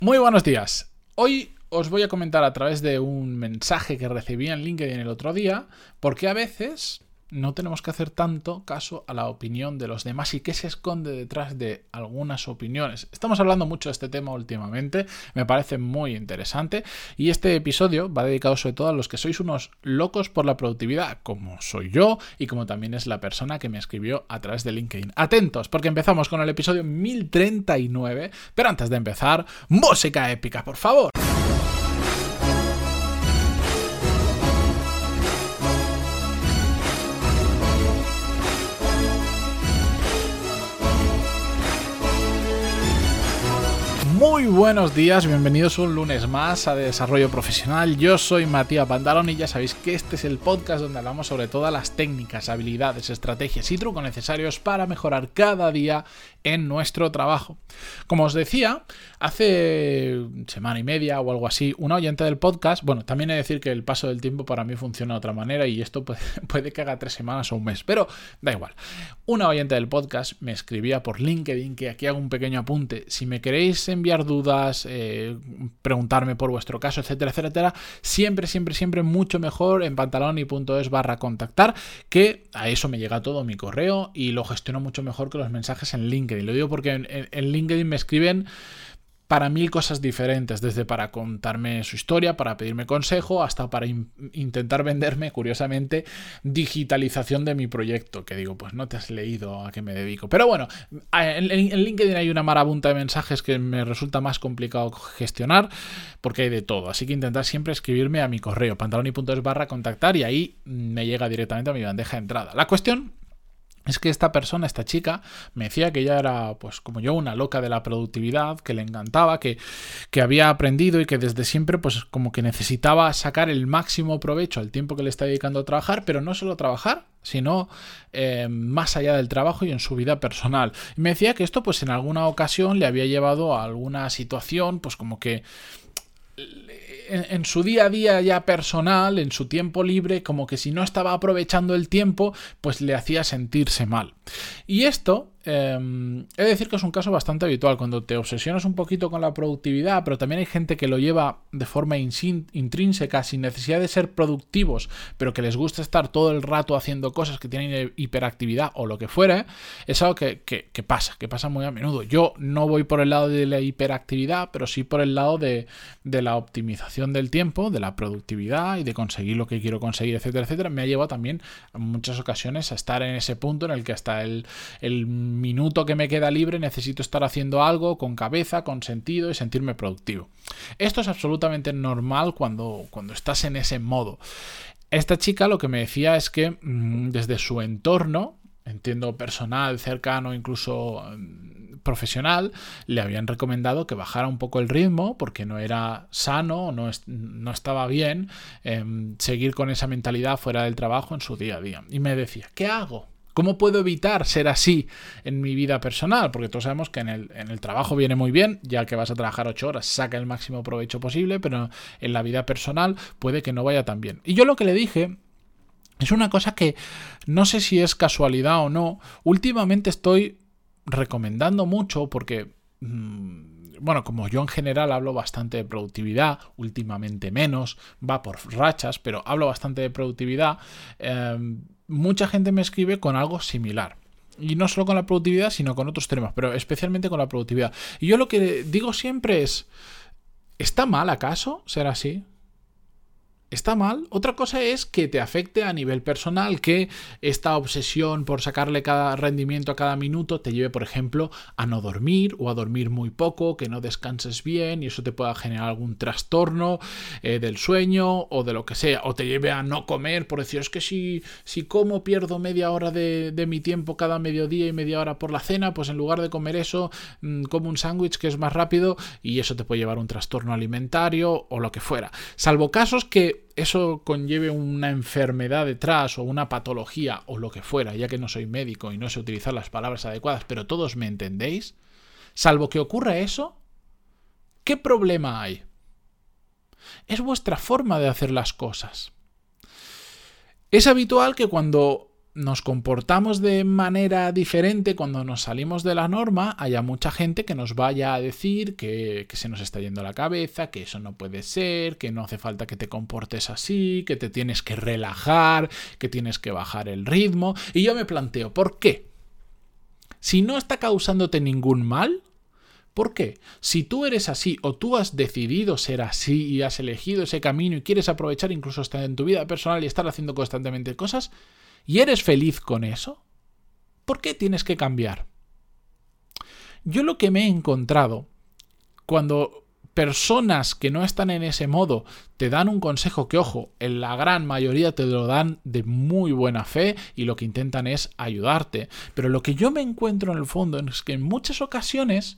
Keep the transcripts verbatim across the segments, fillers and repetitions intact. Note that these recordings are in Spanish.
Muy buenos días. Hoy os voy a comentar a través de un mensaje que recibí en LinkedIn el otro día, porque a veces no tenemos que hacer tanto caso a la opinión de los demás y qué se esconde detrás de algunas opiniones. Estamos hablando mucho de este tema últimamente, me parece muy interesante y este episodio va dedicado sobre todo a los que sois unos locos por la productividad, como soy yo y como también es la persona que me escribió a través de LinkedIn. Atentos, porque empezamos con el episodio mil treinta y nueve, pero antes de empezar, música épica, por favor. Muy buenos días, bienvenidos un lunes más a Desarrollo Profesional. Yo soy Matías Pantalón y ya sabéis que este es el podcast donde hablamos sobre todas las técnicas, habilidades, estrategias y trucos necesarios para mejorar cada día en nuestro trabajo. Como os decía, hace semana y media o algo así, una oyente del podcast, bueno, también he de decir que el paso del tiempo para mí funciona de otra manera y esto puede, puede que haga tres semanas o un mes, pero da igual. Una oyente del podcast me escribía por LinkedIn, que aquí hago un pequeño apunte, si me queréis enviar dudas, eh, preguntarme por vuestro caso, etcétera, etcétera, siempre, siempre, siempre mucho mejor en pantaloni.es barra contactar, que a eso me llega todo mi correo y lo gestiono mucho mejor que los mensajes en LinkedIn. Lo digo porque en, en, en LinkedIn me escriben para mil cosas diferentes, desde para contarme su historia, para pedirme consejo, hasta para in- intentar venderme, curiosamente, digitalización de mi proyecto, que digo, pues no te has leído a qué me dedico. Pero bueno, en, en LinkedIn hay una marabunta de mensajes que me resulta más complicado gestionar, porque hay de todo, así que intentad siempre escribirme a mi correo, pantaloni.es barra contactar, y ahí me llega directamente a mi bandeja de entrada. La cuestión es que esta persona, esta chica, me decía que ella era, pues como yo, una loca de la productividad, que le encantaba, que, que había aprendido y que desde siempre, pues como que necesitaba sacar el máximo provecho al tiempo que le está dedicando a trabajar, pero no solo trabajar, sino eh, más allá del trabajo y en su vida personal. Y me decía que esto, pues en alguna ocasión le había llevado a alguna situación, pues como que En, en su día a día ya personal, en su tiempo libre, como que si no estaba aprovechando el tiempo, pues le hacía sentirse mal. Y esto, eh, he de decir que es un caso bastante habitual, cuando te obsesionas un poquito con la productividad, pero también hay gente que lo lleva de forma insin- intrínseca, sin necesidad de ser productivos, pero que les gusta estar todo el rato haciendo cosas que tienen hiperactividad o lo que fuera, es algo que, que, que pasa, que pasa muy a menudo. Yo no voy por el lado de la hiperactividad, pero sí por el lado de, de la optimización del tiempo, de la productividad y de conseguir lo que quiero conseguir, etcétera, etcétera. Me ha llevado también en muchas ocasiones a estar en ese punto en el que hasta el, el minuto que me queda libre necesito estar haciendo algo con cabeza, con sentido y sentirme productivo. Esto es absolutamente normal cuando, cuando estás en ese modo. Esta chica lo que me decía es que mmm, desde su entorno, entiendo personal, cercano, incluso um, profesional, le habían recomendado que bajara un poco el ritmo porque no era sano, no, es, no estaba bien eh, seguir con esa mentalidad fuera del trabajo en su día a día. Y me decía, ¿qué hago? ¿Cómo puedo evitar ser así en mi vida personal? Porque todos sabemos que en el, en el trabajo viene muy bien, ya que vas a trabajar ocho horas, saca el máximo provecho posible, pero en la vida personal puede que no vaya tan bien. Y yo lo que le dije es una cosa que no sé si es casualidad o no. Últimamente estoy recomendando mucho porque, mmm, bueno, como yo en general hablo bastante de productividad, últimamente menos, va por rachas, pero hablo bastante de productividad, eh, mucha gente me escribe con algo similar. Y no solo con la productividad, sino con otros temas, pero especialmente con la productividad. Y yo lo que digo siempre es, ¿está mal acaso ser así? ¿Está mal? Otra cosa es que te afecte a nivel personal, que esta obsesión por sacarle cada rendimiento a cada minuto te lleve, por ejemplo, a no dormir o a dormir muy poco, que no descanses bien y eso te pueda generar algún trastorno eh, del sueño o de lo que sea, o te lleve a no comer por decir, es que si, si como pierdo media hora de, de mi tiempo cada mediodía y media hora por la cena, pues en lugar de comer eso, mmm, como un sándwich que es más rápido y eso te puede llevar a un trastorno alimentario o lo que fuera. Salvo casos que eso conlleve una enfermedad detrás o una patología o lo que fuera, ya que no soy médico y no sé utilizar las palabras adecuadas, pero todos me entendéis, salvo que ocurra eso, ¿qué problema hay? Es vuestra forma de hacer las cosas. Es habitual que cuando nos comportamos de manera diferente cuando nos salimos de la norma, haya mucha gente que nos vaya a decir que, que se nos está yendo la cabeza, que eso no puede ser, que no hace falta que te comportes así, que te tienes que relajar, que tienes que bajar el ritmo. Y yo me planteo, ¿por qué? Si no está causándote ningún mal, ¿por qué? Si tú eres así o tú has decidido ser así y has elegido ese camino y quieres aprovechar incluso hasta en tu vida personal y estar haciendo constantemente cosas y eres feliz con eso, ¿por qué tienes que cambiar? Yo lo que me he encontrado cuando personas que no están en ese modo te dan un consejo que, ojo, en la gran mayoría te lo dan de muy buena fe y lo que intentan es ayudarte, pero lo que yo me encuentro en el fondo es que en muchas ocasiones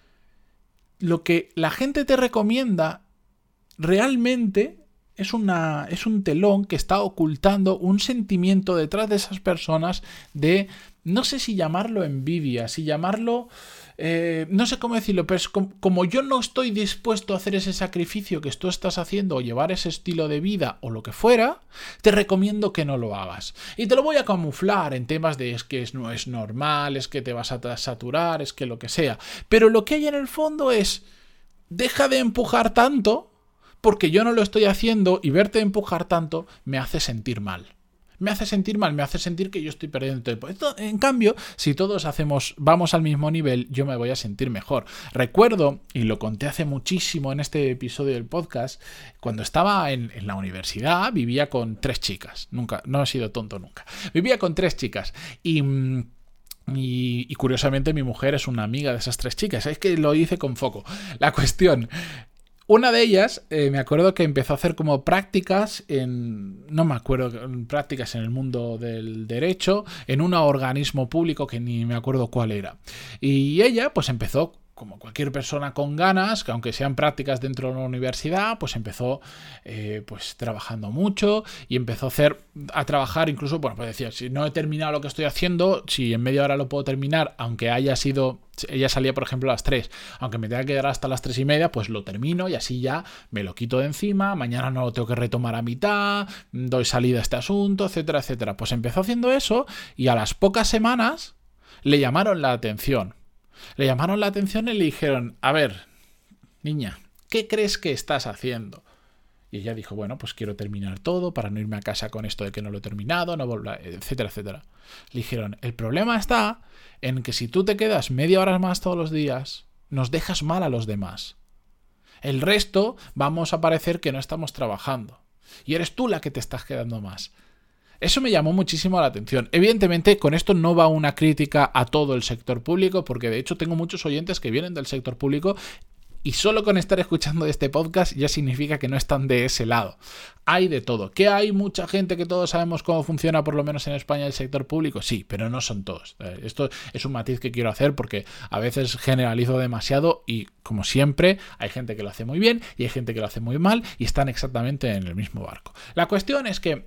lo que la gente te recomienda realmente es, una, es un telón que está ocultando un sentimiento detrás de esas personas de, no sé si llamarlo envidia, si llamarlo, eh, no sé cómo decirlo, pero es como, como yo no estoy dispuesto a hacer ese sacrificio que tú estás haciendo o llevar ese estilo de vida o lo que fuera, te recomiendo que no lo hagas. Y te lo voy a camuflar en temas de es que es, no es normal, es que te vas a saturar, es que lo que sea. Pero lo que hay en el fondo es, deja de empujar tanto porque yo no lo estoy haciendo y verte empujar tanto me hace sentir mal. Me hace sentir mal, me hace sentir que yo estoy perdiendo tiempo. En cambio, si todos hacemos, vamos al mismo nivel, yo me voy a sentir mejor. Recuerdo, y lo conté hace muchísimo en este episodio del podcast, cuando estaba en, en la universidad, vivía con tres chicas. Nunca, no he sido tonto nunca. Vivía con tres chicas y... Y, y curiosamente mi mujer es una amiga de esas tres chicas. Es que lo hice con foco. La cuestión... Una de ellas, eh, me acuerdo que empezó a hacer como prácticas en, no me acuerdo, prácticas en el mundo del derecho, en un organismo público que ni me acuerdo cuál era. Y ella pues empezó, como cualquier persona con ganas, que aunque sean prácticas dentro de la universidad, pues empezó eh, pues trabajando mucho y empezó a hacer, a trabajar incluso, bueno, pues decía, si no he terminado lo que estoy haciendo, si en media hora lo puedo terminar, aunque haya sido... Ella salía, por ejemplo, a las tres. Aunque me tenga que quedar hasta las tres y media, pues lo termino y así ya me lo quito de encima. Mañana no lo tengo que retomar a mitad. Doy salida a este asunto, etcétera, etcétera. Pues empezó haciendo eso y a las pocas semanas le llamaron la atención. Le llamaron la atención y le dijeron, a ver, niña, ¿qué crees que estás haciendo? Y ella dijo, bueno, pues quiero terminar todo para no irme a casa con esto de que no lo he terminado, no volver, etcétera, etcétera. Le dijeron, el problema está en que si tú te quedas media hora más todos los días, nos dejas mal a los demás. El resto vamos a parecer que no estamos trabajando. Y eres tú la que te estás quedando más. Eso me llamó muchísimo la atención. Evidentemente, con esto no va una crítica a todo el sector público, porque de hecho tengo muchos oyentes que vienen del sector público y solo con estar escuchando este podcast ya significa que no están de ese lado. Hay de todo. ¿Que hay mucha gente que todos sabemos cómo funciona, por lo menos en España, el sector público? Sí, pero no son todos. Esto es un matiz que quiero hacer porque a veces generalizo demasiado y, como siempre, hay gente que lo hace muy bien y hay gente que lo hace muy mal y están exactamente en el mismo barco. La cuestión es que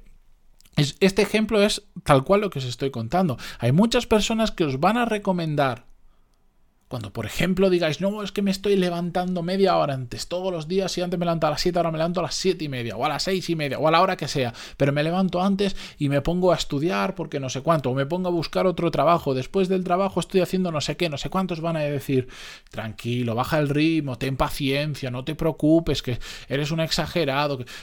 este ejemplo es tal cual lo que os estoy contando. Hay muchas personas que os van a recomendar, cuando por ejemplo digáis, no, es que me estoy levantando media hora antes todos los días y antes me levanto a las siete, ahora me levanto a las siete y media o a las seis y media o a la hora que sea, pero me levanto antes y me pongo a estudiar porque no sé cuánto, o me pongo a buscar otro trabajo, después del trabajo estoy haciendo no sé qué, no sé cuántos van a decir, tranquilo, baja el ritmo, ten paciencia, no te preocupes, que eres un exagerado. Que...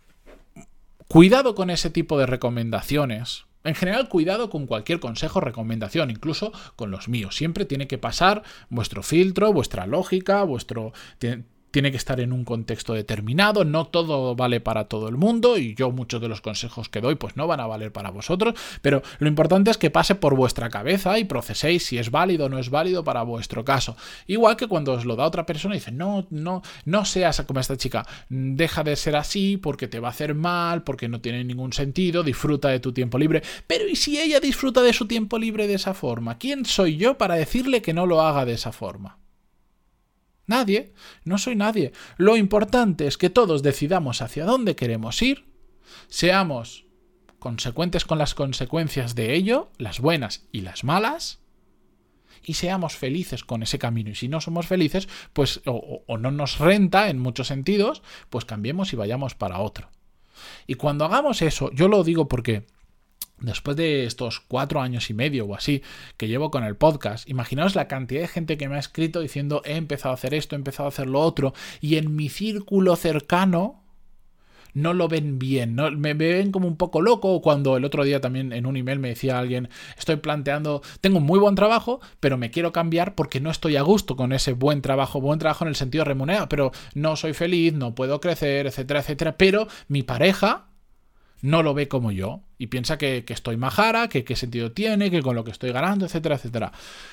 Cuidado con ese tipo de recomendaciones. En general, cuidado con cualquier consejo o recomendación, incluso con los míos. Siempre tiene que pasar vuestro filtro, vuestra lógica, vuestro... Tiene que estar en un contexto determinado, no todo vale para todo el mundo y yo muchos de los consejos que doy pues no van a valer para vosotros, pero lo importante es que pase por vuestra cabeza y proceséis si es válido o no es válido para vuestro caso. Igual que cuando os lo da otra persona y dice, no, no, no seas como esta chica, deja de ser así porque te va a hacer mal, porque no tiene ningún sentido, disfruta de tu tiempo libre. Pero ¿y si ella disfruta de su tiempo libre de esa forma? ¿Quién soy yo para decirle que no lo haga de esa forma? Nadie, no soy nadie. Lo importante es que todos decidamos hacia dónde queremos ir, seamos consecuentes con las consecuencias de ello, las buenas y las malas, y seamos felices con ese camino. Y si no somos felices, pues o, o no nos renta en muchos sentidos, pues cambiemos y vayamos para otro. Y cuando hagamos eso, yo lo digo porque después de estos cuatro años y medio o así que llevo con el podcast, imaginaos la cantidad de gente que me ha escrito diciendo he empezado a hacer esto, he empezado a hacer lo otro, y en mi círculo cercano no lo ven bien, ¿no? Me ven como un poco loco. O cuando el otro día también en un email me decía alguien, estoy planteando, tengo un muy buen trabajo, pero me quiero cambiar porque no estoy a gusto con ese buen trabajo, buen trabajo en el sentido remunerado, pero no soy feliz, no puedo crecer, etcétera, etcétera, pero mi pareja no lo ve como yo y piensa que, que estoy majara, que qué sentido tiene, que con lo que estoy ganando, etcétera, etcétera.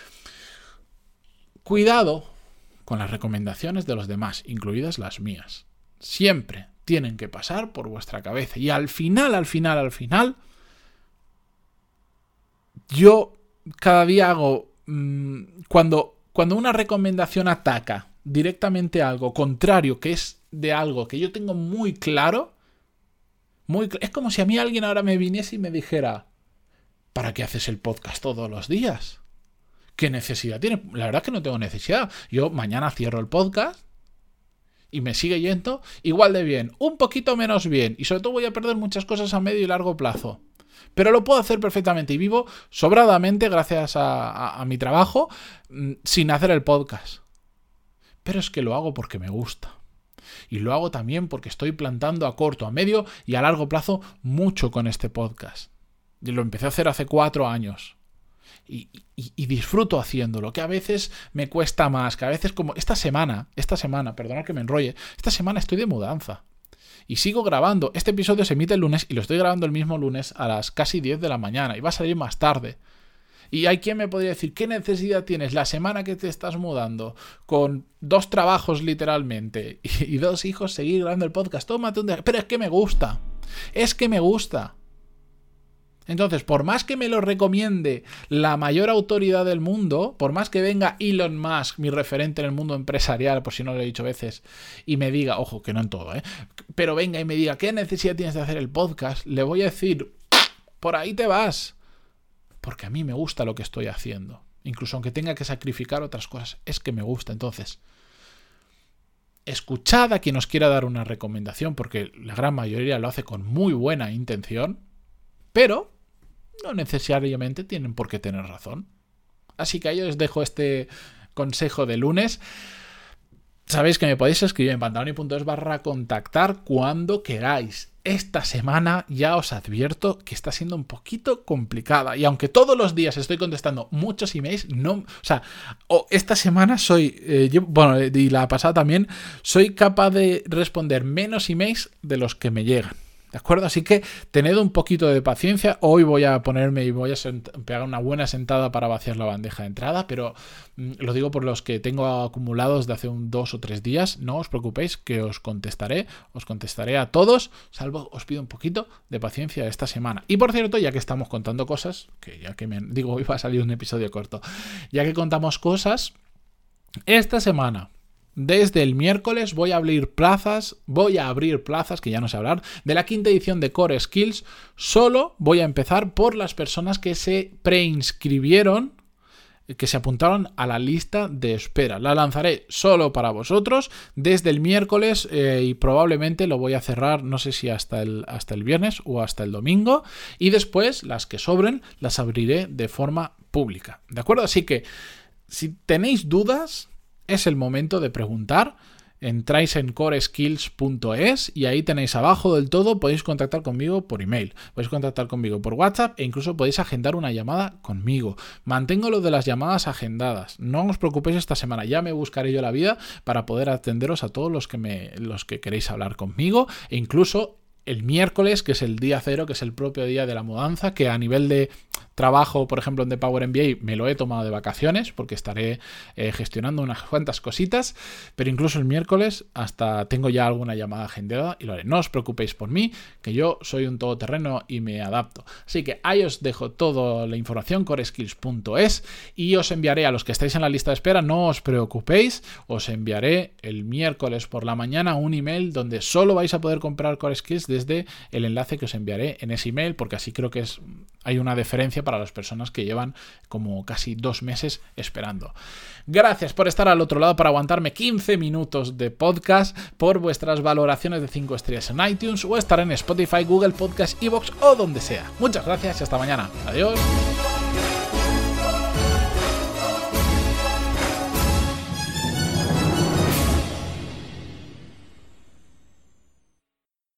Cuidado con las recomendaciones de los demás, incluidas las mías. Siempre tienen que pasar por vuestra cabeza. Y al final, al final, al final, yo cada día hago... Mmm, cuando, cuando una recomendación ataca directamente algo contrario, que es de algo que yo tengo muy claro, muy, es como si a mí alguien ahora me viniese y me dijera, ¿para qué haces el podcast todos los días? ¿Qué necesidad tiene? La verdad es que no tengo necesidad. Yo mañana cierro el podcast y me sigue yendo igual de bien, un poquito menos bien, y sobre todo voy a perder muchas cosas a medio y largo plazo. Pero lo puedo hacer perfectamente y vivo sobradamente gracias a, a, a mi trabajo sin hacer el podcast. Pero es que lo hago porque me gusta. Y lo hago también porque estoy plantando a corto, a medio y a largo plazo mucho con este podcast. Y lo empecé a hacer hace cuatro años. Y, y, y disfruto haciéndolo, que a veces me cuesta más, que a veces como esta semana, esta semana, perdonad que me enrolle, esta semana estoy de mudanza y sigo grabando. Este episodio se emite el lunes y lo estoy grabando el mismo lunes a las casi diez de la mañana y va a salir más tarde. Y hay quien me podría decir, ¿qué necesidad tienes la semana que te estás mudando con dos trabajos literalmente y, y dos hijos seguir grabando el podcast? Tómate un día. Pero es que me gusta, es que me gusta. Entonces, por más que me lo recomiende la mayor autoridad del mundo, por más que venga Elon Musk, mi referente en el mundo empresarial, por si no lo he dicho veces, y me diga, ojo, que no en todo, ¿eh? Pero venga y me diga, ¿qué necesidad tienes de hacer el podcast? Le voy a decir, por ahí te vas. Porque a mí me gusta lo que estoy haciendo. Incluso aunque tenga que sacrificar otras cosas, es que me gusta. Entonces, escuchad a quien os quiera dar una recomendación, porque la gran mayoría lo hace con muy buena intención, pero no necesariamente tienen por qué tener razón. Así que ahí os dejo este consejo de lunes. Sabéis que me podéis escribir en pantaloni punto es barra contactar cuando queráis. Esta semana ya os advierto que está siendo un poquito complicada. Y aunque todos los días estoy contestando muchos emails, no, o sea, oh, esta semana soy, eh, yo, bueno, y la pasada también, soy capaz de responder menos emails de los que me llegan. ¿De acuerdo? Así que tened un poquito de paciencia. Hoy voy a ponerme y voy a sent- pegar una buena sentada para vaciar la bandeja de entrada, pero mmm, lo digo por los que tengo acumulados de hace un dos o tres días. No os preocupéis que os contestaré, os contestaré a todos, salvo os pido un poquito de paciencia esta semana. Y por cierto, ya que estamos contando cosas, que ya que me digo hoy va a salir un episodio corto, ya que contamos cosas, esta semana... Desde el miércoles voy a abrir plazas, voy a abrir plazas, que ya no sé hablar, de la quinta edición de Core Skills. Solo voy a empezar por las personas que se preinscribieron, que se apuntaron a la lista de espera. La lanzaré solo para vosotros desde el miércoles eh, y probablemente lo voy a cerrar, no sé si hasta el, hasta el viernes o hasta el domingo. Y después, las que sobren, las abriré de forma pública. ¿De acuerdo? Así que, si tenéis dudas... es el momento de preguntar. Entráis en core skills punto es y ahí tenéis abajo del todo, podéis contactar conmigo por email, podéis contactar conmigo por WhatsApp e incluso podéis agendar una llamada conmigo. Mantengo lo de las llamadas agendadas, no os preocupéis esta semana, ya me buscaré yo la vida para poder atenderos a todos los que, me, los que queréis hablar conmigo, e incluso el miércoles, que es el día cero, que es el propio día de la mudanza, que a nivel de trabajo, por ejemplo, en The Power M B A, me lo he tomado de vacaciones porque estaré eh, gestionando unas cuantas cositas, pero incluso el miércoles hasta tengo ya alguna llamada agendada y lo haré. No os preocupéis por mí, que yo soy un todoterreno y me adapto. Así que ahí os dejo toda la información, core skills punto es, y os enviaré a los que estáis en la lista de espera, no os preocupéis, os enviaré el miércoles por la mañana un email donde solo vais a poder comprar Core Skills desde el enlace que os enviaré en ese email, porque así creo que es hay una deferencia para las personas que llevan como casi dos meses esperando. Gracias por estar al otro lado, para aguantarme quince minutos de podcast, por vuestras valoraciones de cinco estrellas en iTunes o estar en Spotify, Google Podcast, iVoox o donde sea. Muchas gracias y hasta mañana. Adiós.